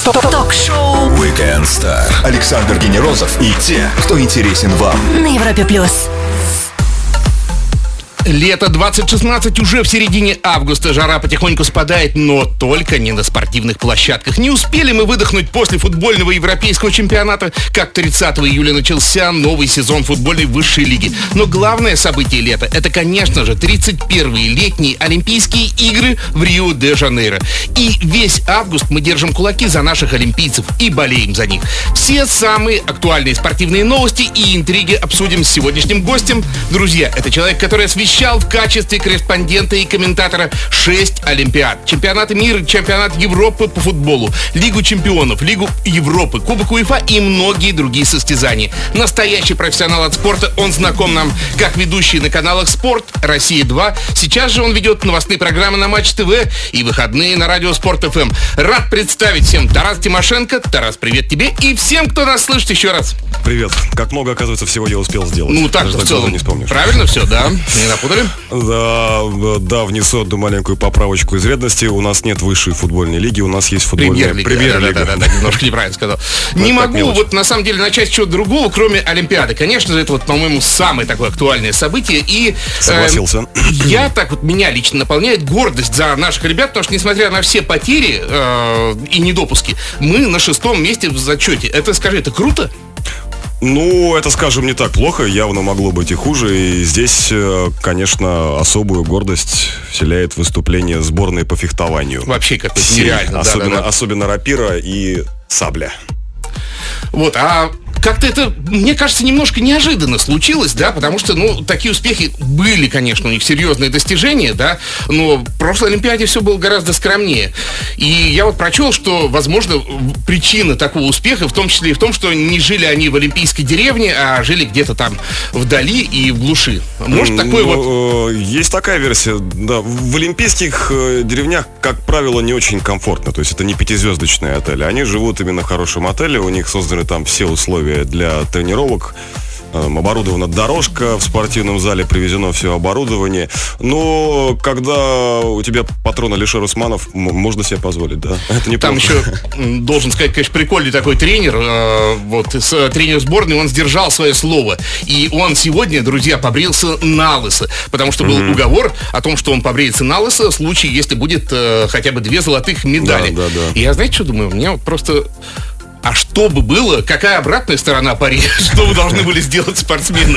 Ток-шоу Weekend Star. Александр Генерозов и те, кто интересен вам. на Европе плюс. Лето 2016 уже в середине августа. Жара потихоньку спадает, но только не на спортивных площадках. Не успели мы выдохнуть после футбольного европейского чемпионата, как 30 июля начался новый сезон футбольной высшей лиги. Но главное событие лета — это, конечно же, 31-е летние Олимпийские игры в Рио-де-Жанейро. И весь август мы держим кулаки за наших олимпийцев и болеем за них. Все самые актуальные спортивные новости и интриги обсудим с сегодняшним гостем. Друзья, это человек, который освещал в качестве корреспондента и комментатора 6 Олимпиад. Чемпионаты мира, чемпионат Европы по футболу, Лигу чемпионов, Лигу Европы, Кубок УЕФА и многие другие состязания. Настоящий профессионал от спорта. Он знаком нам как ведущий на каналах «Спорт», «Россия-2». Сейчас же он ведет новостные программы на Матч ТВ и выходные на радио Спорт ФМ. Рад представить всем Тарас Тимошенко. Тарас, привет тебе и всем, кто нас слышит, еще раз. Привет. Как много, оказывается, всего я успел сделать. Ну так, в целом, не вспомнишь. Правильно все, да? Не напутали? Да, внесу одну маленькую поправочку из вредности. У нас нет высшей футбольной лиги, у нас есть футбольная премьер-лига. Да, немножко неправильно сказал. Не могу вот на самом деле начать с чего-то другого, кроме Олимпиады. Конечно же, это вот, по-моему, самое такое актуальное событие. И согласился. Меня лично наполняет гордость за наших ребят, потому что, несмотря на все потери и недопуски, мы на 6-м месте в зачете. Это, скажи, это круто? Ну, это, скажем, не так плохо, явно могло быть и хуже. И здесь, конечно, особую гордость вселяет выступление сборной по фехтованию. Вообще как-то нереально. Особенно рапира и сабля. Вот, а как-то это, мне кажется, немножко неожиданно случилось, да, потому что, такие успехи были, конечно, у них серьезные достижения, да, но в прошлой Олимпиаде все было гораздо скромнее. И я вот прочел, что, возможно, причина такого успеха в том числе и в том, что не жили они в олимпийской деревне, а жили где-то там вдали и в глуши. Может, такое вот... Есть такая версия, да. В олимпийских деревнях, как правило, не очень комфортно, то есть это не пятизвездочные отели. Они живут именно в хорошем отеле, у них созданы там все условия для тренировок, оборудована дорожка в спортивном зале, привезено все оборудование. Но когда у тебя патрон Алишер Усманов, можно себе позволить, да? Это не там еще, должен сказать, конечно, прикольный такой тренер, тренер сборной, он сдержал свое слово. И он сегодня, друзья, побрился на лысо, потому что был уговор о том, что он побреется на лысо в случае, если будет хотя бы 2 золотых медали. Да. И я, знаете, что думаю? Мне вот просто... А что бы было? Какая обратная сторона пари? Что вы должны были сделать спортсмены?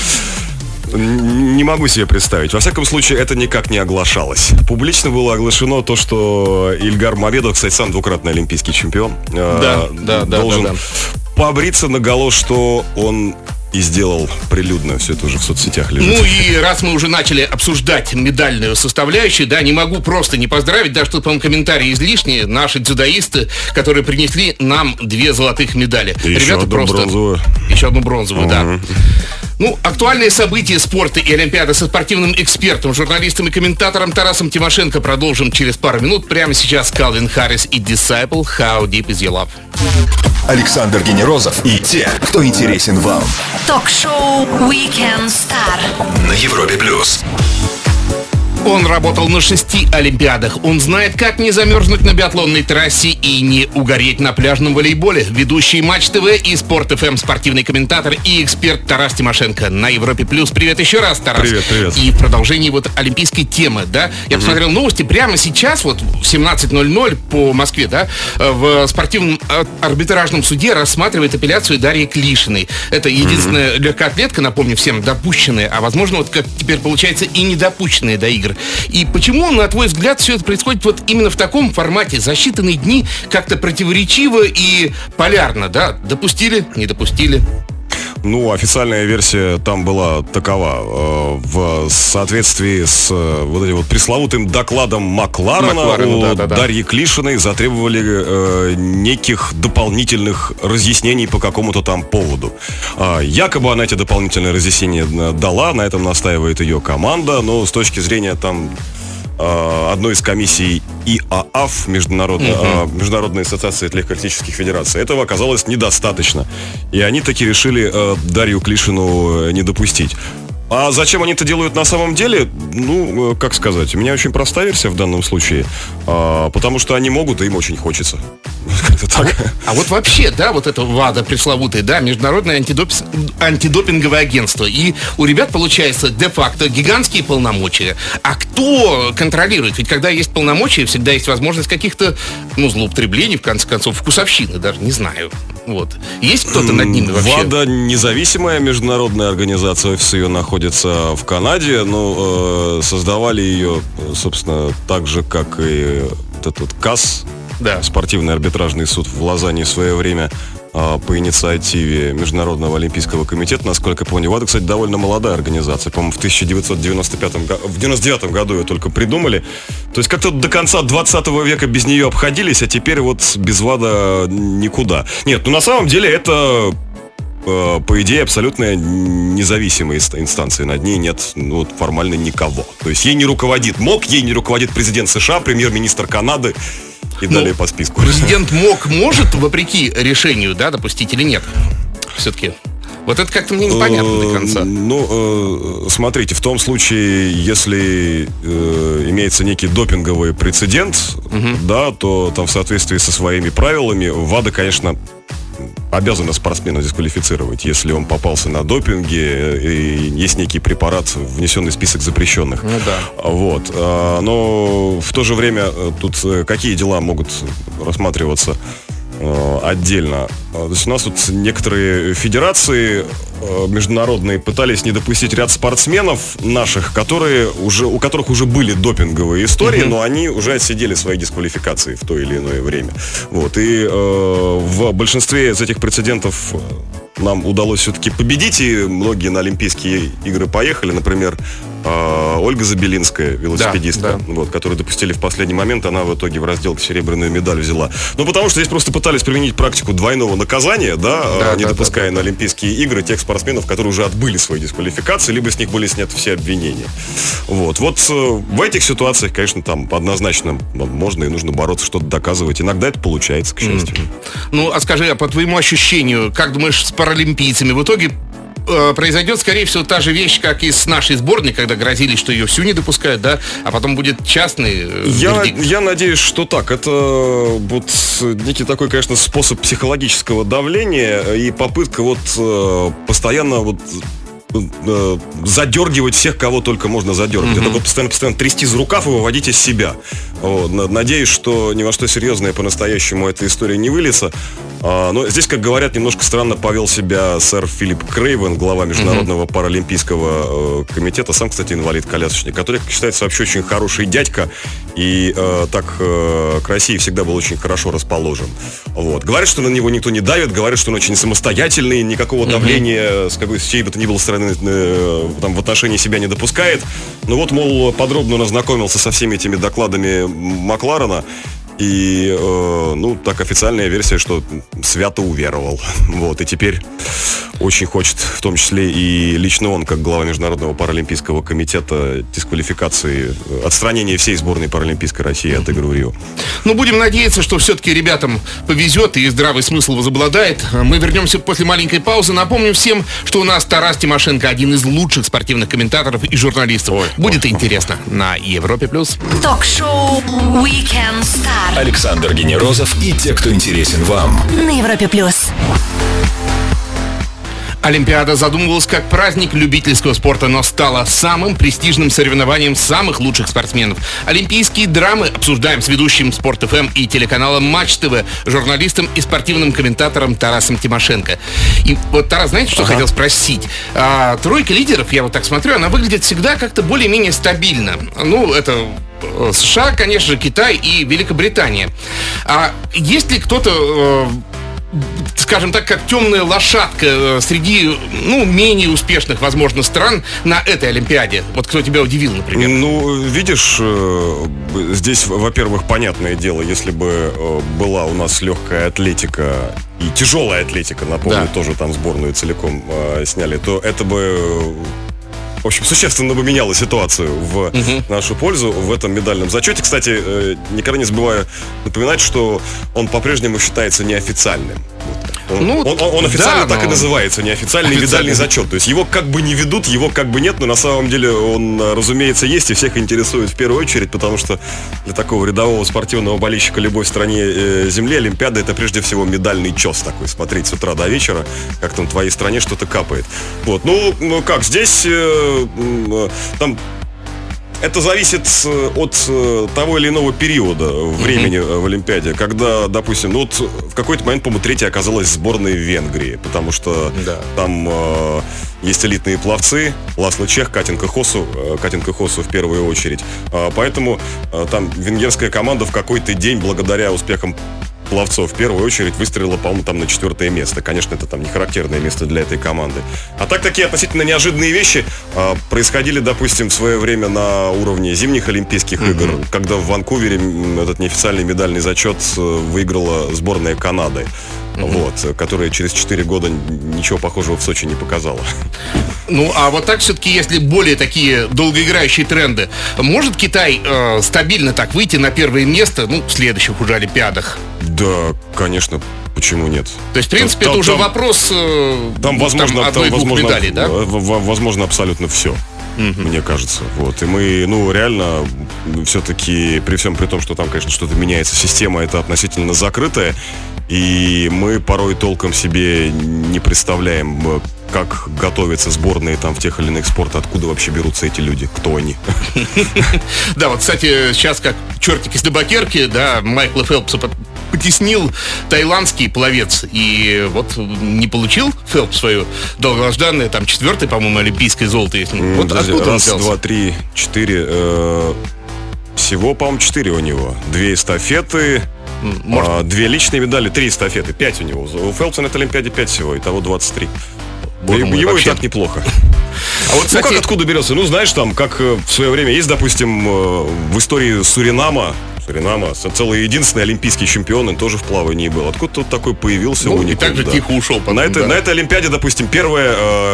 Не могу себе представить. Во всяком случае, это никак не оглашалось. Публично было оглашено то, что Ильгар Мамедов, кстати, сам двукратный олимпийский чемпион, должен побриться наголо, что он и сделал прилюдно, все это уже в соцсетях лежит. Ну и раз мы уже начали обсуждать медальную составляющую, да, не могу просто не поздравить, даже тут, по-моему, комментарии излишние, наши дзюдоисты, которые принесли нам 2 золотых медали. И ребята, еще одну бронзовую, да. Актуальные события спорта и Олимпиады со спортивным экспертом, журналистом и комментатором Тарасом Тимошенко продолжим через пару минут. Прямо сейчас Калвин Харрис и Disciple «How Deep Is Your Love». Александр Генерозов и те, кто интересен вам. Ток-шоу Weekend Star На Европе плюс. Он работал на 6 Олимпиадах. Он знает, как не замерзнуть на биатлонной трассе и не угореть на пляжном волейболе. Ведущий Матч ТВ и Спорт ФМ, спортивный комментатор и эксперт Тарас Тимошенко на Европе плюс. Привет еще раз, Тарас. Привет. И в продолжении олимпийской темы, да. Я посмотрел новости прямо сейчас, в 17:00 по Москве, да, в спортивном арбитражном суде рассматривает апелляцию Дарьи Клишиной. Это единственная легкоатлетка, напомню всем, допущенная, а возможно, как теперь получается, и недопущенная до игр. И почему, на твой взгляд, все это происходит именно в таком формате? За считанные дни как-то противоречиво и полярно, да? Допустили, не допустили? Официальная версия там была такова. В соответствии с этим пресловутым докладом Макларена Дарьи Клишиной затребовали неких дополнительных разъяснений по какому-то там поводу. Якобы она эти дополнительные разъяснения дала, на этом настаивает ее команда, но с точки зрения одной из комиссий ИААФ, Международной ассоциации легкоатлетических федераций, этого оказалось недостаточно. И они таки решили Дарью Клишину не допустить. А зачем они это делают на самом деле? Ну, как сказать, у меня очень простая версия в данном случае. Потому что они могут, и им очень хочется. Так. А вот вообще, да, вот это ВАДА пресловутое, да, Международное антидопинговое агентство. И у ребят получается де-факто гигантские полномочия. А кто контролирует? Ведь когда есть полномочия, всегда есть возможность каких-то, злоупотреблений, в конце концов, вкусовщины, даже не знаю. Вот. Есть кто-то над ними вообще? ВАДА независимая международная организация, офис ее находится в Канаде, но создавали ее, собственно, так же, как и этот КАС, да. Спортивный арбитражный суд в Лозанне в свое время по инициативе Международного олимпийского комитета, насколько я помню. ВАДА, кстати, довольно молодая организация. По-моему, в 1999 году ее только придумали. То есть как-то до конца 20 века без нее обходились, а теперь вот без ВАДА никуда. Нет, на самом деле это, по идее, абсолютно независимая инстанция. Над ней нет формально никого. То есть ей не руководит МОК, ей не руководит президент США, премьер-министр Канады. И далее по списку. Президент может, вопреки решению, да, допустить или нет? Все-таки. Вот это как-то мне непонятно до конца. Смотрите, в том случае, если имеется некий допинговый прецедент, да, то там в соответствии со своими правилами ВАДА, конечно, обязана спортсмена дисквалифицировать, если он попался на допинге и есть некий препарат, внесенный в список запрещенных. Вот. Но в то же время тут какие дела могут рассматриваться отдельно? То есть у нас тут некоторые федерации международные пытались не допустить ряд спортсменов наших, у которых уже были допинговые истории, но они уже отсидели свои дисквалификации в то или иное время. Вот. И в большинстве из этих прецедентов нам удалось все-таки победить, и многие на Олимпийские игры поехали. Например, Ольга Забелинская, велосипедистка, которую допустили в последний момент, она в итоге в разделке серебряную медаль взяла. Потому что здесь просто пытались применить практику двойного наказания, не допуская на Олимпийские игры тех спортсменов, которые уже отбыли свои дисквалификации, либо с них были сняты все обвинения. Вот в этих ситуациях, конечно, там однозначно можно и нужно бороться, что-то доказывать. Иногда это получается, к счастью. А скажи, по твоему ощущению, как думаешь, с паралимпийцами в итоге произойдет, скорее всего, та же вещь, как и с нашей сборной, когда грозили, что ее всю не допускают, да, а потом будет частный вердикт. Я надеюсь, что так. Это некий такой, конечно, способ психологического давления и попытка постоянно задергивать всех, кого только можно задергать. Это постоянно трясти за рукав и выводить из себя. Надеюсь, что ни во что серьезное по-настоящему эта история не выльется. Но здесь, как говорят, немножко странно повел себя сэр Филипп Крейвен, глава Международного паралимпийского комитета, сам, кстати, инвалид-колясочник, который, как считается, вообще очень хороший дядька и так к России всегда был очень хорошо расположен. Говорят, что на него никто не давит, говорят, что он очень самостоятельный, никакого давления с чьей бы то ни было стороны в отношении себя не допускает. Мол, подробно он ознакомился со всеми этими докладами Макларена. И, так официальная версия, что свято уверовал. И теперь очень хочет, в том числе и лично он, как глава Международного паралимпийского комитета, дисквалификации, отстранения всей сборной паралимпийской России от игр в Рио. Будем надеяться, что все-таки ребятам повезет и здравый смысл возобладает. Мы вернемся после маленькой паузы. Напомним всем, что у нас Тарас Тимошенко, один из лучших спортивных комментаторов и журналистов. Будет интересно на Европе+. Ток-шоу Weekend Star. Александр Генерозов и те, кто интересен вам. На Европе+. Олимпиада задумывалась как праздник любительского спорта, но стала самым престижным соревнованием самых лучших спортсменов. Олимпийские драмы обсуждаем с ведущим Спорт ФМ и телеканалом Матч ТВ, журналистом и спортивным комментатором Тарасом Тимошенко. И Тарас, знаете, что хотел спросить? Тройка лидеров, я так смотрю, она выглядит всегда как-то более-менее стабильно. Это США, конечно же, Китай и Великобритания. А есть ли кто-то, скажем так, как темная лошадка среди, менее успешных, возможно, стран на этой Олимпиаде? Кто тебя удивил, например? Видишь, здесь, во-первых, понятное дело, если бы была у нас легкая атлетика и тяжелая атлетика, напомню, тоже там сборную целиком сняли, то это бы... В общем, существенно бы меняло ситуацию в нашу пользу в этом медальном зачете. Кстати, никогда не забываю напоминать, что он по-прежнему считается неофициальным. Он официально так и называется, неофициальный медальный зачет. То есть его как бы не ведут, его как бы нет, но на самом деле он, разумеется, есть и всех интересует в первую очередь, потому что для такого рядового спортивного болельщика любой стране Земли Олимпиада — это прежде всего медальный чес такой, смотреть с утра до вечера, как там в твоей стране что-то капает. Вот, ну как, здесь там... Это зависит от того или иного периода времени в Олимпиаде, когда, допустим, в какой-то момент, по-моему, третьей оказалась сборная Венгрии, потому что там есть элитные пловцы, Ласло Чех, Катинка Хосу в первую очередь. Поэтому там венгерская команда в какой-то день, благодаря успехам пловцов в первую очередь выстрелила, по-моему, там на 4-е место. Конечно, это там не характерное место для этой команды. А так, такие относительно неожиданные вещи происходили, допустим, в свое время на уровне зимних Олимпийских игр, когда в Ванкувере этот неофициальный медальный зачет выиграла сборная Канады. Вот, которая через 4 года ничего похожего в Сочи не показала. Ну, а вот так все-таки, если более такие долгоиграющие тренды, может Китай стабильно так выйти на первое место, в следующих уже Олимпиадах? Да, конечно, почему нет? То есть, в принципе, это уже вопрос одной-двух медалей, да? Возможно, абсолютно все. Мне кажется. Вот. И мы, реально, все-таки, при всем при том, что там, конечно, что-то меняется, система это относительно закрытая, и мы порой толком себе не представляем, как готовятся сборные там в тех или иных спортах, откуда вообще берутся эти люди, кто они. Да, вот, кстати, сейчас как чертик из табакерки, да, Майкла Фелпса потеснил таиландский пловец, и вот не получил Фелпс свое долгожданное, там, 4-е, по-моему, олимпийское золото. Вот подожди, откуда раз, он взялся? 2, 3, 4, всего, по-моему, 4 у него. 2 эстафеты, 2 личные медали, 3 эстафеты, 5 у него. У Фелпса на этой Олимпиаде 5 всего, итого 23. Его вообще и так неплохо. А вот, кстати, как откуда берется? Знаешь, там, как в свое время есть, допустим, в истории Суринама целый единственный олимпийский чемпион, он тоже в плавании был. Откуда тут такой появился уникум? И так же тихо ушел потом, на этой Олимпиаде, допустим, первая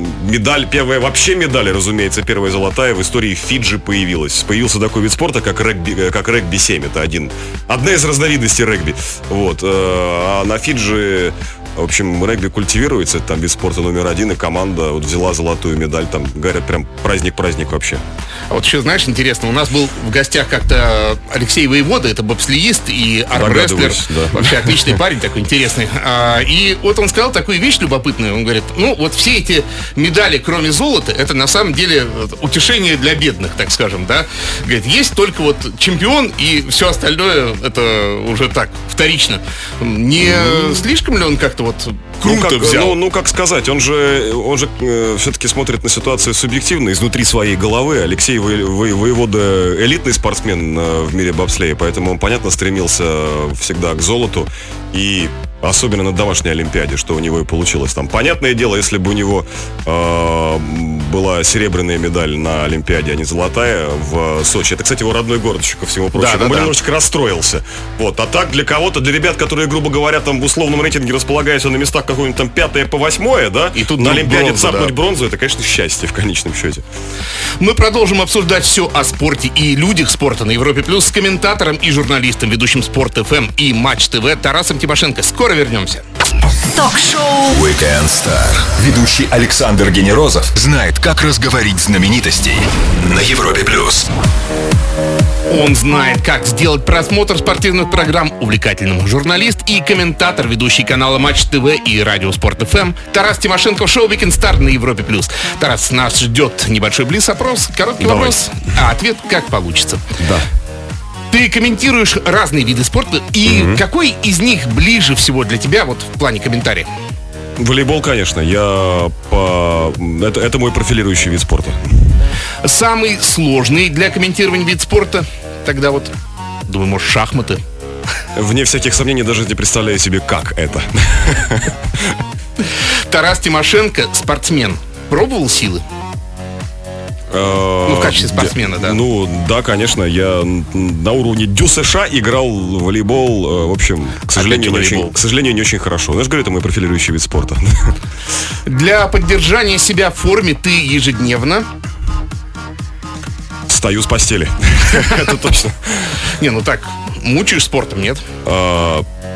вообще медаль, разумеется, первая золотая в истории Фиджи появилась. Появился такой вид спорта, как регби-7. Это одна из разновидностей регби. Вот. А на Фиджи, в общем, регби культивируется, это там вид спорта номер 1, и команда взяла золотую медаль, там, говорят, прям праздник вообще. А вот еще, знаешь, интересно, у нас был в гостях как-то Алексей Воевода, это бобслеист и армрестлер, да. Вообще отличный парень, такой интересный. И вот он сказал такую вещь любопытную, он говорит, вот все эти медали, кроме золота, это на самом деле утешение для бедных, так скажем, да. Говорит, есть только вот чемпион, и все остальное, это уже так, вторично. Не слишком ли он как-то вот круто взял? Как сказать, он же все-таки смотрит на ситуацию субъективно, изнутри своей головы. Алексей Воевода элитный спортсмен в мире бобслея, поэтому он, понятно, стремился всегда к золоту. И особенно на домашней Олимпиаде, что у него и получилось там. Понятное дело, если бы у него была серебряная медаль на Олимпиаде, а не золотая в Сочи. Это, кстати, его родной город еще ко всему прочему. Он немножечко расстроился. Вот. А так для кого-то, для ребят, которые, грубо говоря, там в условном рейтинге располагаются на местах какой-нибудь там 5-е по 8-е, да, и тут на Олимпиаде цапнуть бронзу, это, конечно, счастье в конечном счете. Мы продолжим обсуждать все о спорте и людях спорта на Европе Плюс с комментатором и журналистом, ведущим Спорт ФМ и Матч ТВ Тарасом Тимошенко. Скоро вернемся. Ток-шоу Weekend Star. Ведущий Александр Генерозов знает, как разговорить знаменитостей на Европе Плюс. Он знает, как сделать просмотр спортивных программ увлекательным. Журналист и комментатор, ведущий канала Матч ТВ и Радио Спорт ФМ Тарас Тимошенко в шоу Weekend Star на Европе Плюс. Тарас, нас ждет небольшой блиц-опрос, короткий вопрос, а ответ как получится. Да. Ты комментируешь разные виды спорта, и какой из них ближе всего для тебя вот в плане комментариев? Волейбол, конечно. Это мой профилирующий вид спорта. Самый сложный для комментирования вид спорта? Тогда вот, думаю, может, шахматы? Вне всяких сомнений, даже не представляю себе, как это. Тарас Тимошенко, спортсмен, пробовал силы? В качестве спортсмена, да? Да, конечно. Я на уровне Дю США играл в волейбол. В общем, к сожалению, не очень хорошо. Я же говорю, это мой профилирующий вид спорта. Для поддержания себя в форме ты ежедневно встаю с постели. Это точно. Не, так, мучаешь спортом, нет?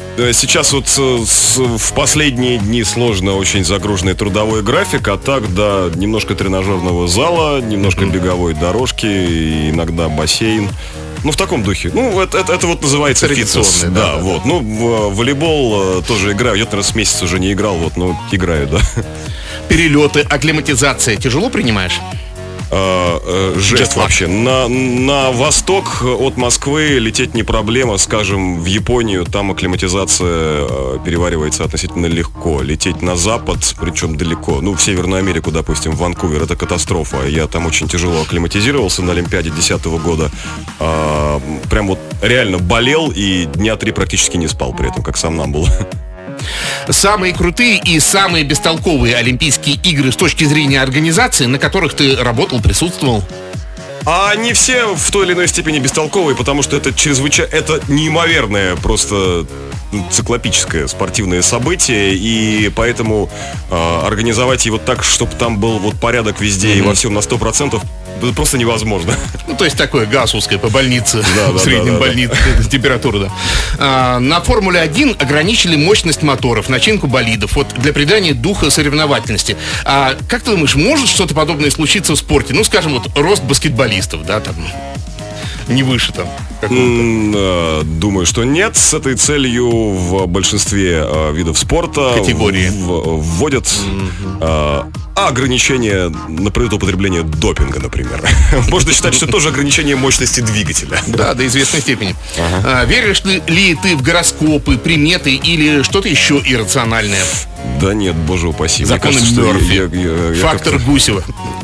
Сейчас вот в последние дни сложно, очень загруженный трудовой график, а так, да, немножко тренажерного зала, немножко беговой дорожки, иногда бассейн. Ну, в таком духе. Ну, это вот называется фитнес. Да, вот. Ну, в волейбол тоже играю. Я, наверное, с месяца уже не играл, вот, но играю, да. Перелеты, акклиматизация тяжело принимаешь? Жесть вообще. На восток от Москвы лететь не проблема. Скажем, в Японию там акклиматизация переваривается относительно легко. Лететь на запад, причем далеко, ну, в Северную Америку, допустим, в Ванкувер, это катастрофа. Я там очень тяжело акклиматизировался на Олимпиаде 2010 года. Прям вот реально болел и дня 3 практически не спал при этом, как сам нам был. Самые крутые и самые бестолковые Олимпийские игры с точки зрения организации, на которых ты работал, присутствовал? А они все в той или иной степени бестолковые, потому что это чрезвычайно, это неимоверное, просто циклопическое спортивное событие, и поэтому организовать его так, чтобы там был вот порядок везде и во всем на 100%, просто невозможно. Ну, то есть такое гауссовское по больнице, в среднем больнице, температура, да. На Формуле-1 ограничили мощность моторов, начинку болидов, вот для придания духа соревновательности. А как ты думаешь, может что-то подобное случиться в спорте? Ну, скажем, вот рост баскетболистов, да, там, не выше там. Думаю, что нет. С этой целью в большинстве видов спорта вводят ограничения на употребление допинга, например. Можно считать, что тоже ограничение мощности двигателя. Да, до известной степени. Веришь ли ты в гороскопы, приметы или что-то еще иррациональное? Да нет, боже упаси. Законы Мёрфи. Фактор Гусева.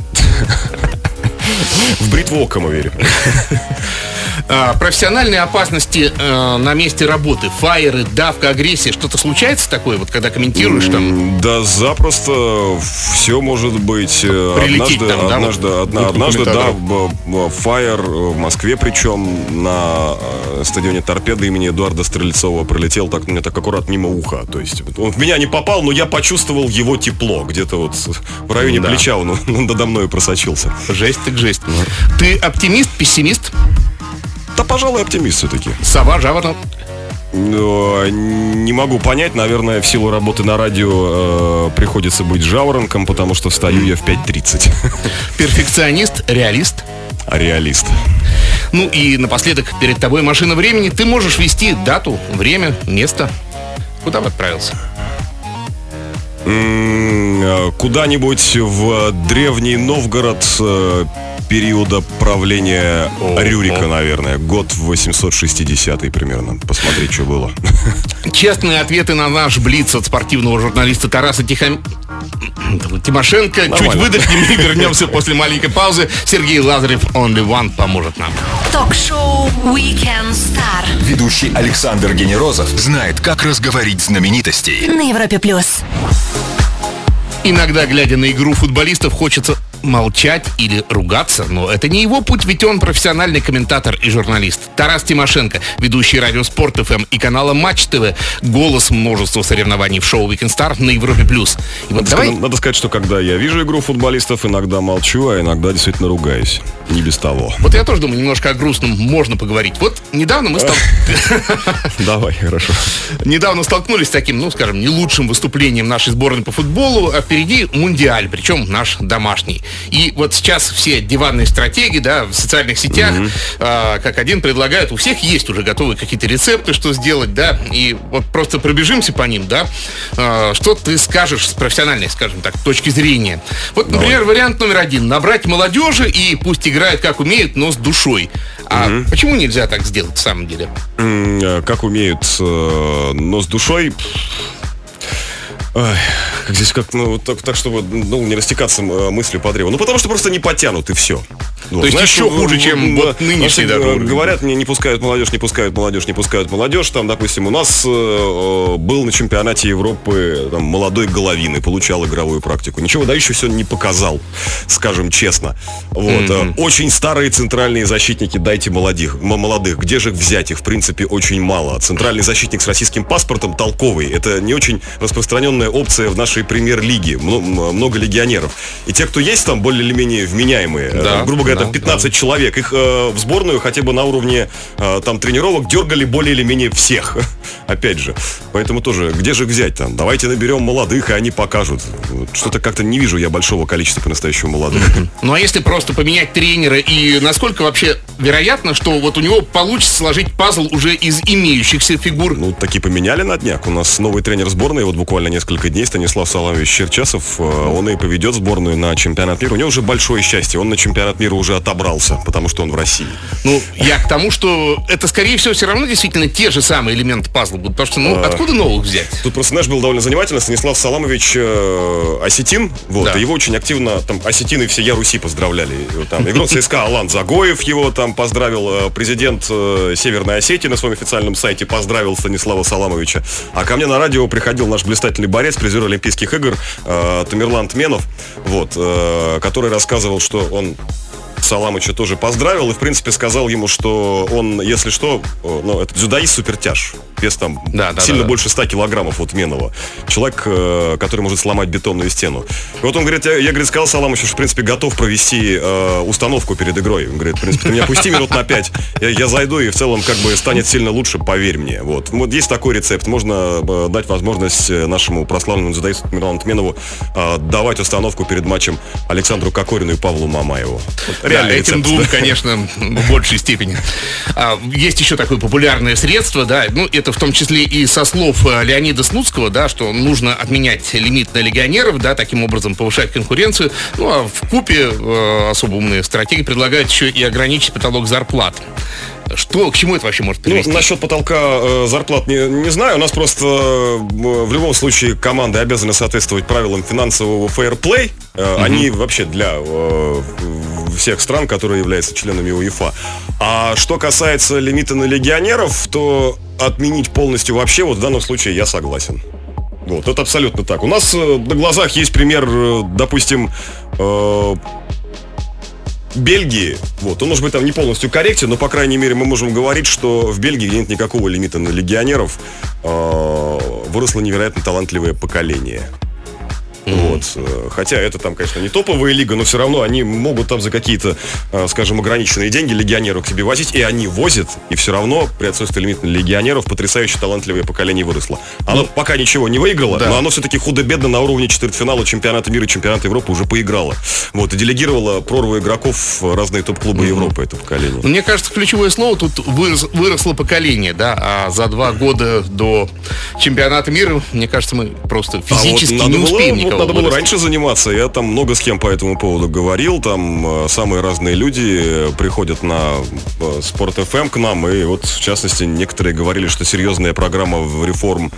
В бритву Оккама верю. Профессиональные опасности на месте работы, фаеры, давка, агрессия, что-то случается такое, вот когда комментируешь там? Да, запросто все может быть. Однажды, фаер в Москве, причем на стадионе Торпеда имени Эдуарда Стрельцова пролетел так, мне так аккурат мимо уха. То есть он в меня не попал, но я почувствовал его тепло. Где-то вот в районе плеча он надо мной просочился. Жесть так жесть. Ты оптимист, пессимист? Да, пожалуй, оптимист все-таки. Сова, жаворонок? Не могу понять, наверное, в силу работы на радио приходится быть жаворонком, потому что встаю я в 5:30. Перфекционист, реалист? Реалист. Ну и напоследок, перед тобой машина времени, ты можешь ввести дату, время, место. Куда бы отправился? Куда-нибудь в Древний Новгород периода правления Рюрика, наверное. Год 860 примерно. Посмотреть, что было. Честные ответы на наш блиц от спортивного журналиста Тараса Тимошенко. Нормально. Чуть выдохнем и вернемся после маленькой паузы. Сергей Лазарев, Only One, поможет нам. Ток-шоу Weekend Star. Ведущий Александр Генерозов знает, как разговорить знаменитостей. На Европе+. Иногда, глядя на игру футболистов, хочется молчать или ругаться, но это не его путь, ведь он профессиональный комментатор и журналист. Тарас Тимошенко, ведущий радио Спорт ФМ и канала Матч ТВ, голос множества соревнований в шоу Weekend Star на Европе+. И вот надо сказать, что когда я вижу игру футболистов, иногда молчу, а иногда действительно ругаюсь. Не без того. Вот я тоже думаю, немножко о грустном можно поговорить. Вот недавно мы Давай, хорошо. Недавно столкнулись с таким, ну, скажем, не лучшим выступлением нашей сборной по футболу, а впереди Мундиаль, причем наш домашний. И вот сейчас все диванные стратегии, да, в социальных сетях, как один предлагают, у всех есть уже готовые какие-то рецепты, что сделать, да, и вот просто пробежимся по ним, да, что ты скажешь с профессиональной, скажем так, точки зрения. Вот, например, вариант номер 1. Набрать молодежи и пусть играют как умеют, но с душой. А почему нельзя так сделать в самом деле? Как умеют, но с душой... Ой, как здесь как, ну, так чтобы не растекаться мыслью по древу. Ну, потому что просто не потянут, и все. То есть еще хуже, чем вот нынешний даже уровень. Говорят, мне не пускают молодежь, не пускают молодежь, не пускают молодежь. Там, допустим, у нас был на чемпионате Европы там, молодой Головин и получал игровую практику. Ничего, да, еще все не показал, скажем честно. Вот. Очень старые центральные защитники, дайте молодых. Где же взять их? В принципе, очень мало. Центральный защитник с российским паспортом толковый. Это не очень распространенная опция в нашей премьер-лиге. Много легионеров. И те, кто есть там, более или менее вменяемые, грубо говоря, там 15 человек, их в сборную хотя бы на уровне там тренировок дергали более или менее всех. опять же. Поэтому тоже, где же взять там? Давайте наберем молодых, и они покажут. Что-то как-то не вижу я большого количества по-настоящему молодых. Ну а если просто поменять тренера, и насколько вообще вероятно, что вот у него получится сложить пазл уже из имеющихся фигур? Ну, таки поменяли на днях. У нас новый тренер сборной, вот буквально несколько дней, Станислав Саламович Черчесов. Он и поведет сборную на чемпионат мира. У него уже большое счастье. Он на чемпионат мира уже отобрался, потому что он в России. Ну, я к тому, что это, скорее всего, все равно действительно те же самые элементы пазла будут. Потому что, ну, откуда новых взять? Тут просто, знаешь, было довольно занимательно. Станислав Саламович осетин, вот, да. И его очень активно, там, осетины все Яруси поздравляли. Там, игрок ЦСКА Алан Загоев его там поздравил, президент Северной Осетии на своем официальном сайте поздравил Станислава Саламовича. А ко мне на радио приходил наш блистательный борец, призер Олимпийских игр Тамерлан Тменов, вот, который рассказывал, что он Саламыча тоже поздравил и, в принципе, сказал ему, что он, если что, ну, это дзюдоист супертяж. Вес там сильно больше 100 килограммов от Менова. Человек, который может сломать бетонную стену. И вот он говорит, я говорит, сказал Саламычу, что, в принципе, готов провести установку перед игрой. Он говорит, в принципе, ты меня пусти минут на 5, я зайду, и в целом, как бы, станет сильно лучше, поверь мне. Вот есть такой рецепт. Можно дать возможность нашему прославленному дзюдоисту Тамерлану Тменову давать установку перед матчем Александру Кокорину и Павлу Мамаеву. Да, этим двум, конечно, в большей степени. Есть еще такое популярное средство, да, ну, это в том числе и со слов Леонида Слуцкого, да, что нужно отменять лимит на легионеров, да, таким образом повышать конкуренцию. Ну, а вкупе особо умные стратегии предлагают еще и ограничить потолок зарплат. Что, к чему это вообще может привести? Ну, насчет потолка зарплат не знаю. У нас просто в любом случае команды обязаны соответствовать правилам финансового фейерплей. Они вообще для всех стран, которые являются членами УЕФА. А что касается лимита на легионеров, то отменить полностью вообще, вот в данном случае я согласен. Вот, это абсолютно так. У нас на глазах есть пример, допустим, Бельгии, вот, он может быть там не полностью корректен, но, по крайней мере, мы можем говорить, что в Бельгии нет никакого лимита на легионеров, выросло невероятно талантливое поколение. Вот. Хотя это там, конечно, не топовая лига, но все равно они могут там за какие-то, скажем, ограниченные деньги легионеров к себе возить, и они возят, и все равно при отсутствии лимита на легионеров потрясающе талантливое поколение выросло. Оно пока ничего не выиграло, но оно все-таки худо-бедно на уровне четвертьфинала чемпионата мира и чемпионата Европы уже поиграло. Вот, и делегировало прорву игроков в разные топ-клубы Европы, это поколение. Мне кажется, ключевое слово тут выросло поколение, да, а за 2 года до чемпионата мира, мне кажется, мы просто физически не успеем никого. Надо было раньше заниматься, я там много с кем по этому поводу говорил, там самые разные люди приходят на Спорт ФМ к нам, и вот в частности некоторые говорили, что серьезная программа реформ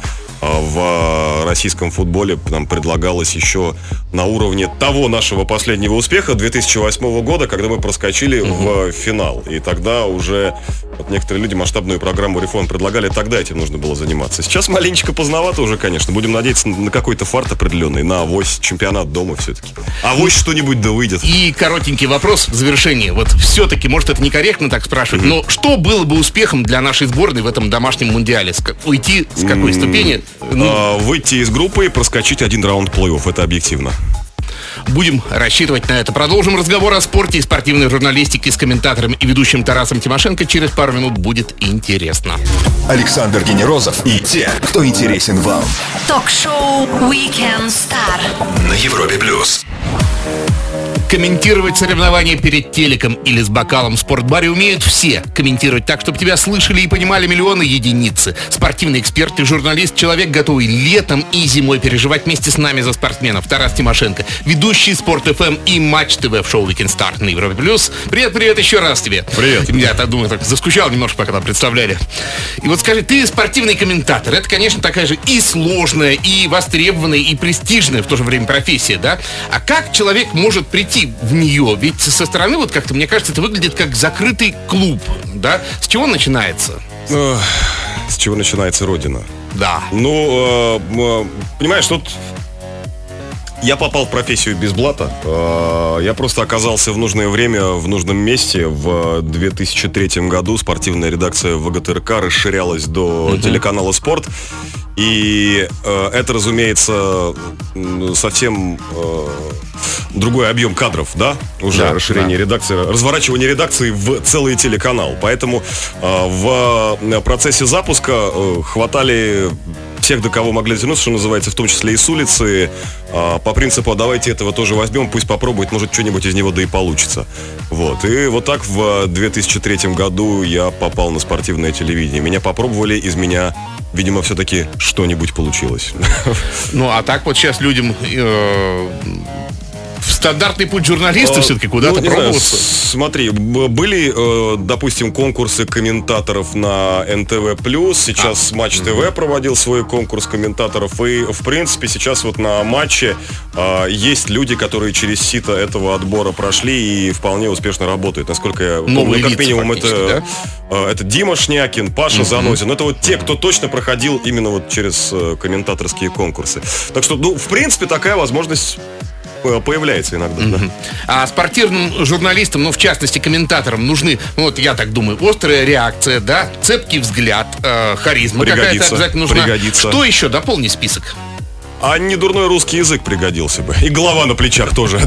в российском футболе нам предлагалась еще на уровне того нашего последнего успеха 2008 года, когда мы проскочили в финал. И тогда уже вот некоторые люди масштабную программу реформ предлагали, тогда этим нужно было заниматься. Сейчас маленечко поздновато уже, конечно. Будем надеяться на какой-то фарт определенный, на авось, чемпионат дома все-таки. Авось что-нибудь да выйдет. И коротенький вопрос в завершении. Вот все-таки, может, это некорректно так спрашивать, но что было бы успехом для нашей сборной в этом домашнем мундиале? Уйти с какой ступени? Выйти из группы и проскочить 1 раунд плей-офф. Это объективно. Будем рассчитывать на это. Продолжим разговор о спорте и спортивной журналистике с комментатором и ведущим Тарасом Тимошенко. Через пару минут будет интересно. Александр Генерозов и те, кто интересен вам. Ток-шоу Weekend Star На Европе+. Комментировать соревнования перед телеком или с бокалом в спортбаре умеют все. Комментировать так, чтобы тебя слышали и понимали миллионы единицы. Спортивный эксперт и журналист, человек, готовый летом и зимой переживать вместе с нами за спортсменов. Тарас Тимошенко, ведущий Спорт ФМ и Матч ТВ в шоу Weekend Star на Европе+. Привет еще раз тебе. Привет. Я так думаю, так заскучал немножко, пока там представляли. И вот скажи, ты спортивный комментатор. Это, конечно, такая же и сложная, и востребованная, и престижная в то же время профессия, да? А как человек может прийти в нее? Ведь со стороны, вот как-то, мне кажется, это выглядит как закрытый клуб, да? С чего начинается? С чего начинается Родина? Да. Ну, понимаешь, тут я попал в профессию без блата. Я просто оказался в нужное время, в нужном месте. В 2003 году спортивная редакция ВГТРК расширялась до телеканала «Спорт». И это, разумеется, совсем другой объем кадров, да? Уже расширение редакции, разворачивание редакции в целый телеканал. Поэтому в процессе запуска хватали тех, до кого могли дотянуться, что называется, в том числе и с улицы, по принципу, давайте этого тоже возьмем, пусть попробует, может, что-нибудь из него да и получится. Вот. И вот так в 2003 году я попал на спортивное телевидение. Меня попробовали, из меня, видимо, все-таки что-нибудь получилось. Ну, а так вот сейчас людям в стандартный путь журналиста все-таки куда-то пробоваться. Смотри, были, допустим, конкурсы комментаторов на НТВ+, сейчас Матч ТВ проводил свой конкурс комментаторов, и, в принципе, сейчас вот на матче есть люди, которые через сито этого отбора прошли и вполне успешно работают. Насколько я помню, как минимум, это Дима Шнякин, Паша Занозин. Это вот те, кто точно проходил именно вот через комментаторские конкурсы. Так что, ну, в принципе, такая возможность появляется иногда. Да. А спортивным журналистам, ну, в частности, комментаторам нужны, вот я так думаю, острая реакция, да, цепкий взгляд, харизма какая-то обязательно нужна. Пригодится. Что еще? Дополни список. А не дурной русский язык пригодился бы. И голова на плечах тоже.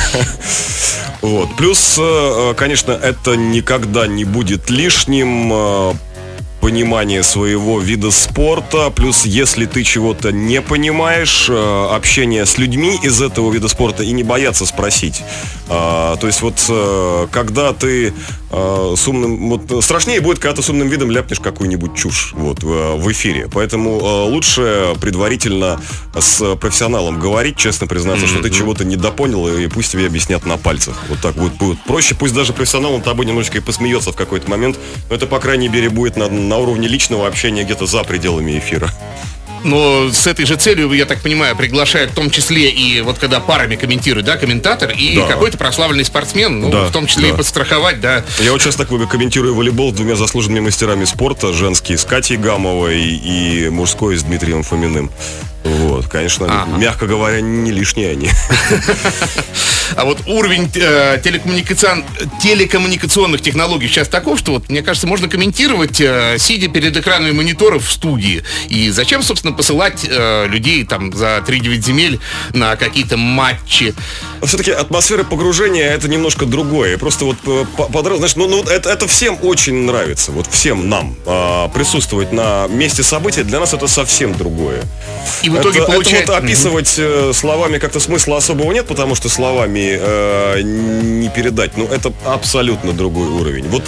Вот. Плюс, конечно, это никогда не будет лишним. Понимание своего вида спорта, плюс если ты чего-то не понимаешь, общение с людьми из этого вида спорта и не бояться спросить. То есть вот когда ты с умным... Вот, страшнее будет, когда ты с умным видом ляпнешь какую-нибудь чушь вот, в эфире. Поэтому лучше предварительно с профессионалом говорить, честно признаться, что ты чего-то недопонял, и пусть тебе объяснят на пальцах. Вот так будет проще. Пусть даже профессионал над тобой немножечко и посмеется в какой-то момент, но это, по крайней мере, будет на уровне личного общения где-то за пределами эфира. Но с этой же целью, я так понимаю, приглашают в том числе и вот когда парами комментируют, да, комментатор и какой-то прославленный спортсмен, ну, в том числе и подстраховать, да. Я вот сейчас так комментирую волейбол с двумя заслуженными мастерами спорта, женский с Катей Гамовой и мужской с Дмитрием Фоминым. Вот, конечно, мягко говоря, не лишние они. А вот уровень телекоммуникационных технологий сейчас таков, что, вот, мне кажется, можно комментировать, сидя перед экранами мониторов в студии. И зачем, собственно, посылать людей там за 3-9 земель на какие-то матчи? Все-таки атмосфера погружения — это немножко другое. Просто вот, знаешь, это всем очень нравится. Вот всем нам присутствовать на месте события, для нас это совсем другое. И в итоге получается... Это вот описывать словами как-то смысла особого нет, потому что словами не передать. Ну, это абсолютно другой уровень. Вот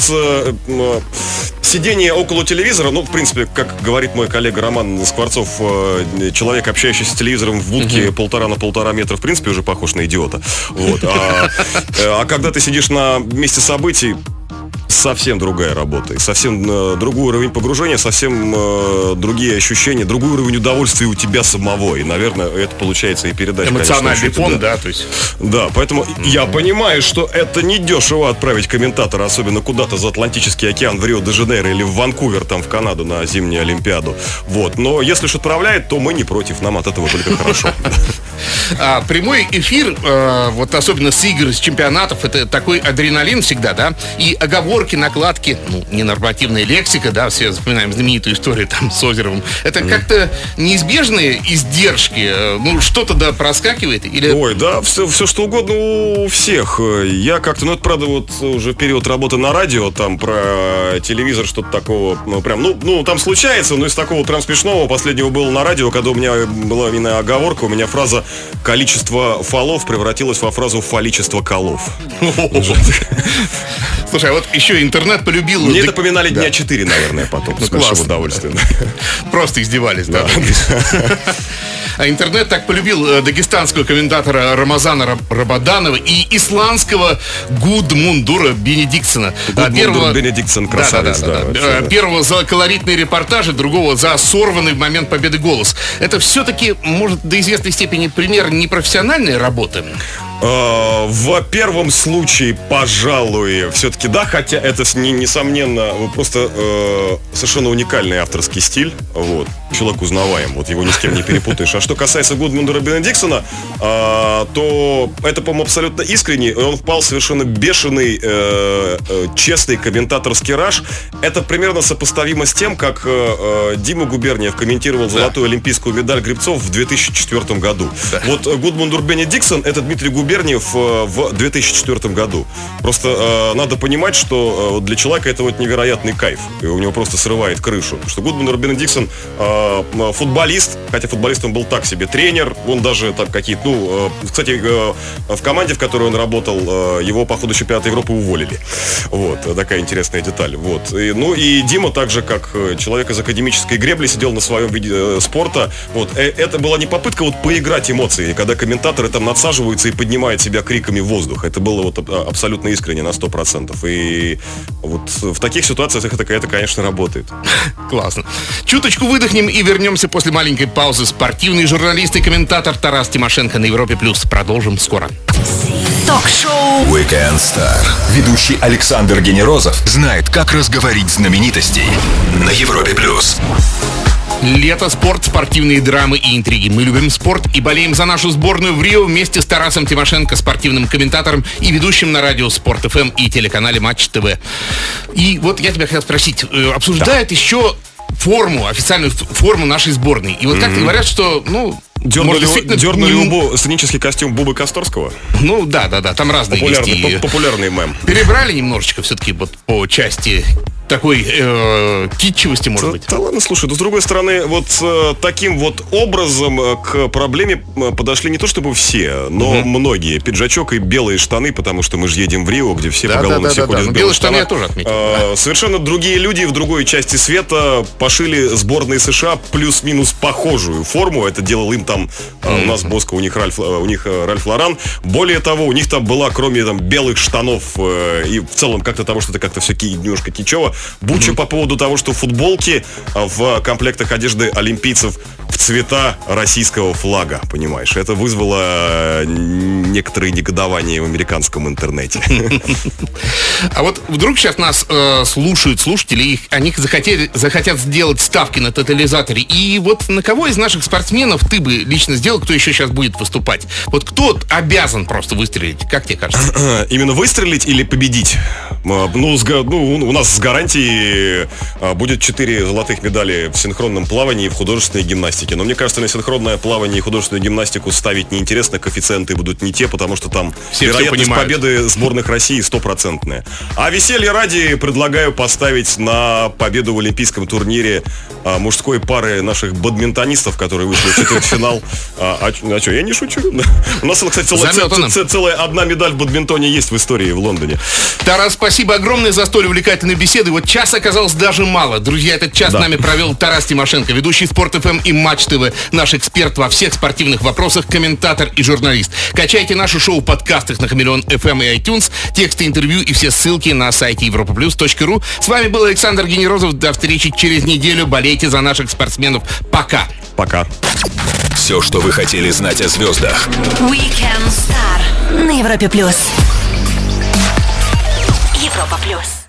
сидение около телевизора, ну, в принципе, как говорит мой коллега Роман Скворцов, человек, общающийся с телевизором в будке 1,5 на 1,5 метра, в принципе, уже похож на идиота. Вот. А когда ты сидишь на месте событий, совсем другая работа, и совсем другой уровень погружения, совсем другие ощущения, другой уровень удовольствия у тебя самого. И, наверное, это получается и передать. Эмоциональный фон, да, то есть. Да, поэтому я понимаю, что это не дешево отправить комментатора, особенно куда-то за Атлантический океан в Рио-де-Жанейро или в Ванкувер, там, в Канаду на зимнюю Олимпиаду. Вот. Но если уж отправляет, то мы не против, нам от этого только хорошо. Прямой эфир, вот особенно с игр, с чемпионатов, это такой адреналин всегда, да, и оговорки, накладки, ну, ненормативная лексика, да, все вспоминаем знаменитую историю там с Озеровым. Это как-то неизбежные издержки, ну, что-то, да, проскакивает? Или... Ой, да, все что угодно у всех. Я как-то, ну, это, правда, вот уже в период работы на радио, там, про телевизор, что-то такого, ну, прям, ну, там случается, но из такого прям смешного последнего было на радио, когда у меня была именно оговорка, у меня фраза «количество фолов» превратилась во фразу «фаличество колов». Слушай, а вот еще интернет полюбил... Мне это поминали дня 4, наверное, потом, с большим удовольствием. Просто издевались, да? А интернет так полюбил дагестанского комментатора Рамазана Рабаданова и исландского Гудмундура Бенедиктсона. Гудмундур Бенедиктсон, красавец, да. Первого за колоритные репортажи, другого за сорванный в момент победы голос. Это все-таки, может, до известной степени пример непрофессиональной работы? В первом случае, пожалуй, все-таки да, хотя это, несомненно, просто совершенно уникальный авторский стиль. Вот. человек узнаваем, вот его ни с кем не перепутаешь. А что касается Гудмундера Бенедиксона, то это, по-моему, абсолютно искренне. Он впал в совершенно бешеный, честный комментаторский раж. Это примерно сопоставимо с тем, как Дима Губерниев комментировал золотую олимпийскую медаль гребцов в 2004 году. Да. Вот Гудмундер Бенедиксон — это Дмитрий Губерниев в 2004 году. Просто надо понимать, что для человека это вот невероятный кайф. И у него просто срывает крышу. Потому что Гудмундер Бенедиксон футболист, хотя футболист он был так себе, тренер, он даже там какие-то, кстати, в команде, в которой он работал, его по ходу чемпионата Европы уволили. Вот, такая интересная деталь. Вот. И Дима, так же, как человек из академической гребли, сидел на своем виде спорта. Вот. Это была не попытка вот поиграть эмоции, когда комментаторы там надсаживаются и поднимают себя криками в воздух. Это было вот абсолютно искренне на 100%. И вот в таких ситуациях это, конечно, работает. Классно. Чуточку выдохнем и вернемся после маленькой паузы. Спортивный журналист и комментатор Тарас Тимошенко на Европе+. Продолжим скоро. Ток-шоу Weekend Star. Ведущий Александр Генерозов знает, как разговорить знаменитостей на Европе+. Лето, спорт, спортивные драмы и интриги. Мы любим спорт и болеем за нашу сборную в Рио вместе с Тарасом Тимошенко, спортивным комментатором и ведущим на радио Спорт ФМ и телеканале Матч ТВ. И вот я тебя хотел спросить, обсуждают еще форму, официальную форму нашей сборной. И вот как-то говорят, что, дернули сценический костюм Бубы Косторского. Ну, да, там разные популярный мем. Перебрали немножечко все-таки вот по части такой китчевости, может быть. Да ладно, слушай, но с другой стороны, вот таким вот образом к проблеме подошли не то чтобы все, но многие. Пиджачок и белые штаны, потому что мы же едем в Рио, где все поголовно все ходят в белых штанах. Я тоже отметил. Совершенно другие люди в другой части света пошили сборной США плюс-минус похожую форму. Это делал им там у нас Боско, у них Ральф Лоран. Более того, у них там была, кроме там белых штанов и в целом как-то того, что это как-то все немножко кичево, буча по поводу того, что футболки в комплектах одежды олимпийцев в цвета российского флага, понимаешь? Это вызвало некоторые негодования в американском интернете. А вот вдруг сейчас нас слушают слушатели, и они захотят сделать ставки на тотализаторе. И вот на кого из наших спортсменов ты бы лично сделал, кто еще сейчас будет выступать? Вот кто обязан просто выстрелить? Как тебе кажется? Именно выстрелить или победить? У нас с гарантией будет 4 золотых медали в синхронном плавании и в художественной гимнастике. Но мне кажется, на синхронное плавание и художественную гимнастику ставить неинтересно, коэффициенты будут не те, потому что там вероятность победы сборных России 100%. А веселье ради предлагаю поставить на победу в олимпийском турнире мужской пары наших бадминтонистов, которые вышли в четвертьфинал. Что, я не шучу. У нас, кстати, целая одна медаль в бадминтоне есть в истории в Лондоне. Тарас, спасибо огромное за столь увлекательную беседу. Вот час оказалось даже мало. Друзья, этот час с нами провел Тарас Тимошенко, ведущий Спорт ФМ и Матч ТВ, наш эксперт во всех спортивных вопросах, комментатор и журналист. Качайте наше шоу в подкастах на Хамелеон FM и iTunes, тексты интервью и все ссылки на сайте europaplus.ru. С вами был Александр Генерозов. До встречи через неделю. Болейте за наших спортсменов. Пока. Пока. Все, что вы хотели знать о звездах. Weekend Star на Европе+. Европа+.